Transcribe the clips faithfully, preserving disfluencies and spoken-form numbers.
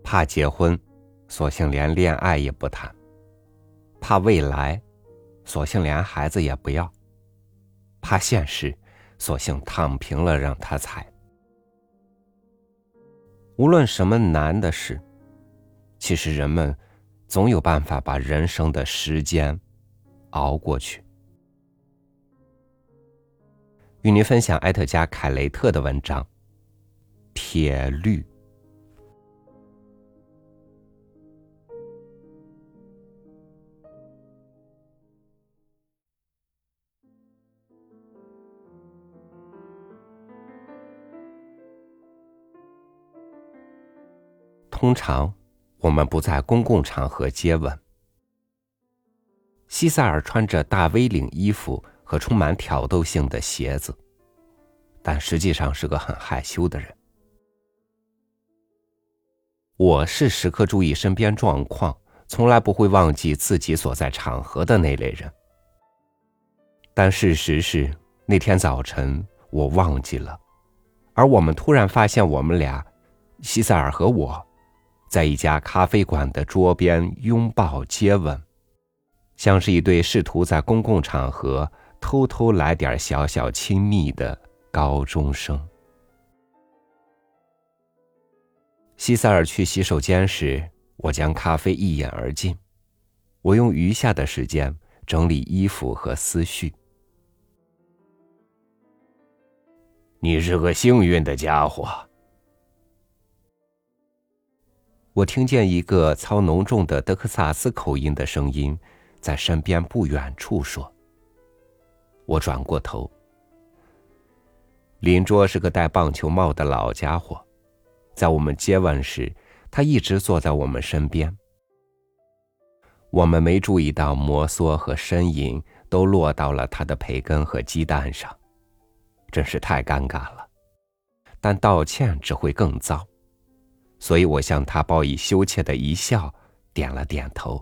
怕结婚，索性连恋爱也不谈；怕未来，索性连孩子也不要；怕现实，索性躺平了让他踩。无论什么难的事，其实人们总有办法把人生的时间熬过去。与您分享埃特加·凯雷特的文章《铁律》。通常我们不在公共场合接吻。西塞尔穿着大 V 领衣服和充满挑逗性的鞋子，但实际上是个很害羞的人。我是时刻注意身边状况，从来不会忘记自己所在场合的那类人。但事实是，那天早晨我忘记了，而我们突然发现我们俩，西塞尔和我，在一家咖啡馆的桌边拥抱接吻，像是一对试图在公共场合偷偷来点小小亲密的高中生。西塞尔去洗手间时，我将咖啡一饮而尽，我用余下的时间整理衣服和思绪。 你是个幸运的家伙。 我听见一个操浓重的德克萨斯口音的声音在身边不远处说。我转过头，邻桌是个戴棒球帽的老家伙，在我们接吻时，他一直坐在我们身边。我们没注意到摩挲和呻吟都落到了他的培根和鸡蛋上，真是太尴尬了。但道歉只会更糟，所以我向他报以羞怯的一笑，点了点头。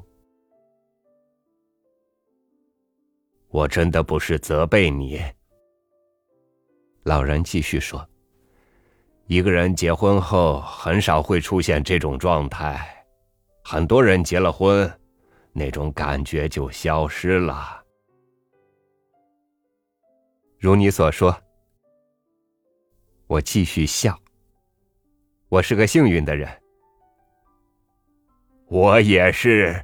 我真的不是责备你。 老人继续说， 一个人结婚后很少会出现这种状态，很多人结了婚，那种感觉就消失了。 如你所说。我继续笑。我是个幸运的人。 我也是。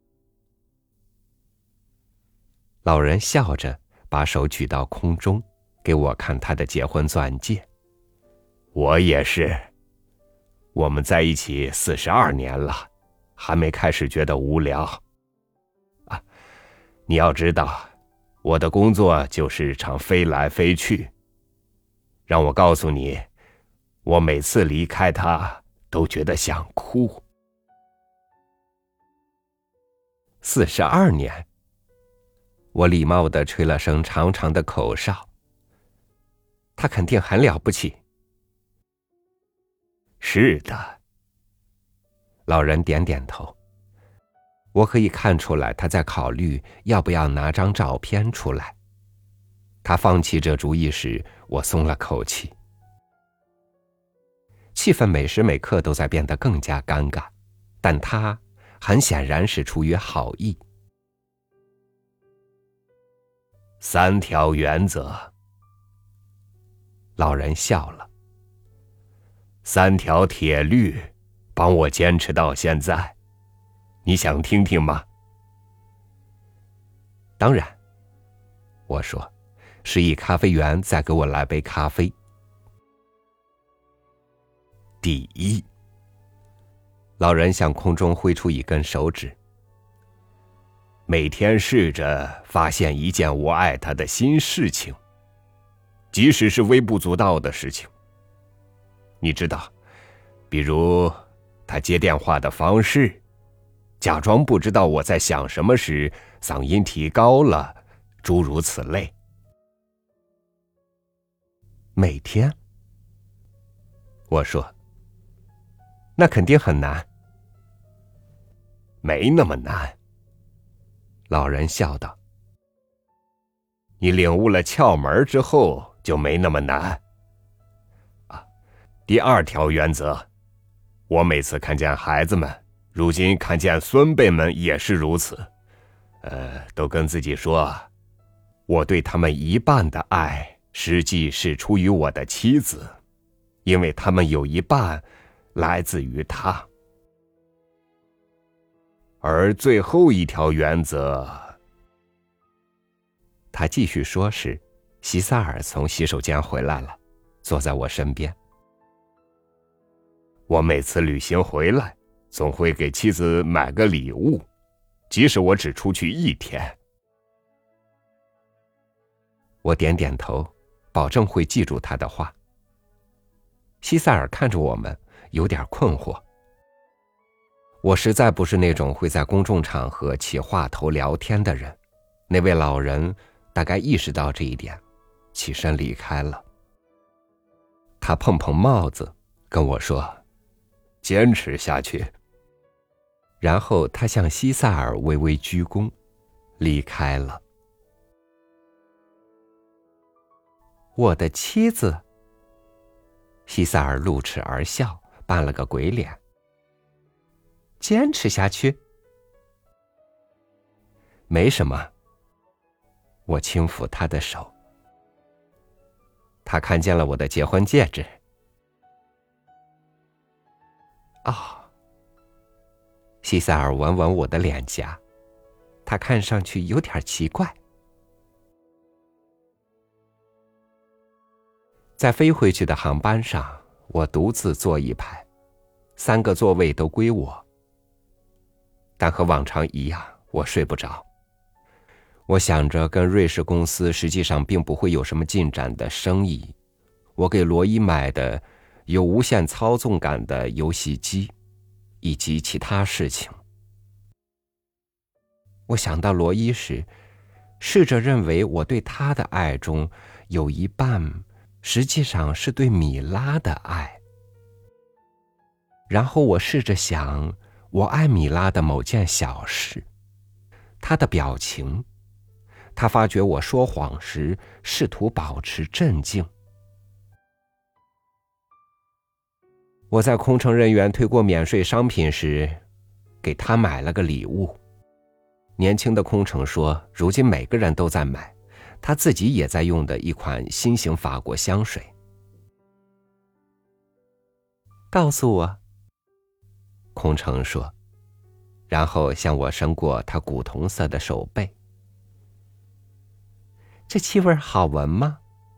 老人笑着把手举到空中，给我看他的结婚钻戒。 我也是。我们在一起四十二年了，还没开始觉得无聊。啊，你要知道，我的工作就是常飞来飞去。让我告诉你，我每次离开他都觉得想哭。 四十二年。我礼貌地吹了声长长的口哨。他肯定很了不起。 是的。 老人点点头。我可以看出来他在考虑要不要拿张照片出来。他放弃这主意时，我松了口气。气氛每时每刻都在变得更加尴尬，但他很显然是出于好意。 三条原则。 老人笑了。 三条铁律，帮我坚持到现在。你想听听吗？ 当然。我说，示意咖啡员再给我来杯咖啡。 第一。 老人向空中挥出一根手指。 每天试着发现一件我爱他的新事情，即使是微不足道的事情。你知道，比如他接电话的方式，假装不知道我在想什么时嗓音提高了，诸如此类。 每天？我说，那肯定很难。 没那么难。 老人笑道。 你领悟了窍门之后，就没那么难。啊，第二条原则， 我每次看见孩子们，如今看见孙辈们也是如此，呃，都跟自己说，我对他们一半的爱，实际是出于我的妻子，因为他们有一半来自于她。而最后一条原则， 他继续说时，西萨尔从洗手间回来了，坐在我身边。 我每次旅行回来，总会给妻子买个礼物，即使我只出去一天。 我点点头，保证会记住他的话。西萨尔看着我们，有点困惑。我实在不是那种会在公众场合起话头聊天的人，那位老人大概意识到这一点，起身离开了。他碰碰帽子，跟我说：“ 坚持下去。” 然后他向西萨尔微微鞠躬，离开了。我的妻子，西萨尔露齿而笑，扮了个鬼脸。坚持下去？没什么。我轻抚他的手。他看见了我的结婚戒指。哦。西萨尔闻闻我的脸颊，他看上去有点奇怪。在飞回去的航班上，我独自坐一排，三个座位都归我。但和往常一样，我睡不着。我想着跟瑞士公司实际上并不会有什么进展的生意，我给罗伊买的有无限操纵感的游戏机，以及其他事情。我想到罗伊时，试着认为我对他的爱中有一半实际上是对米拉的爱。然后我试着想我爱米拉的某件小事，她的表情，她发觉我说谎时试图保持镇静。我在空乘人员推过免税商品时，给她买了个礼物。年轻的空乘说，如今每个人都在买，他自己也在用的一款新型法国香水。告诉我，空乘说，然后向我伸过他古铜色的手背。这气味好闻吗？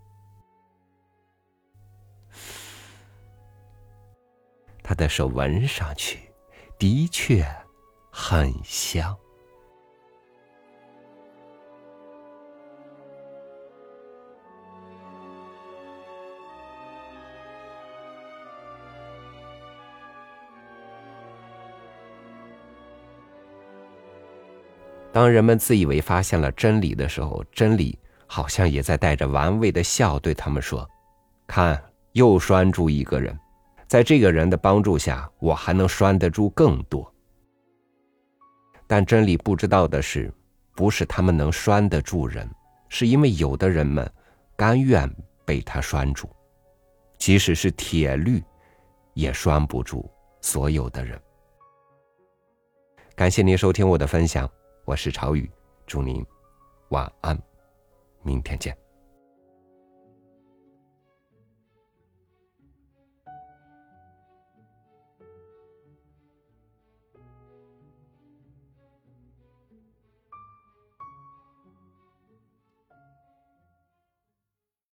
他的手闻上去，的确很香。当人们自以为发现了真理的时候，真理好像也在带着玩味的笑对他们说，看，又拴住一个人，在这个人的帮助下，我还能拴得住更多。但真理不知道的是，不是他们能拴得住人，是因为有的人们甘愿被他拴住，即使是铁律也拴不住所有的人。感谢您收听我的分享，我是朝雨，祝您晚安，明天见。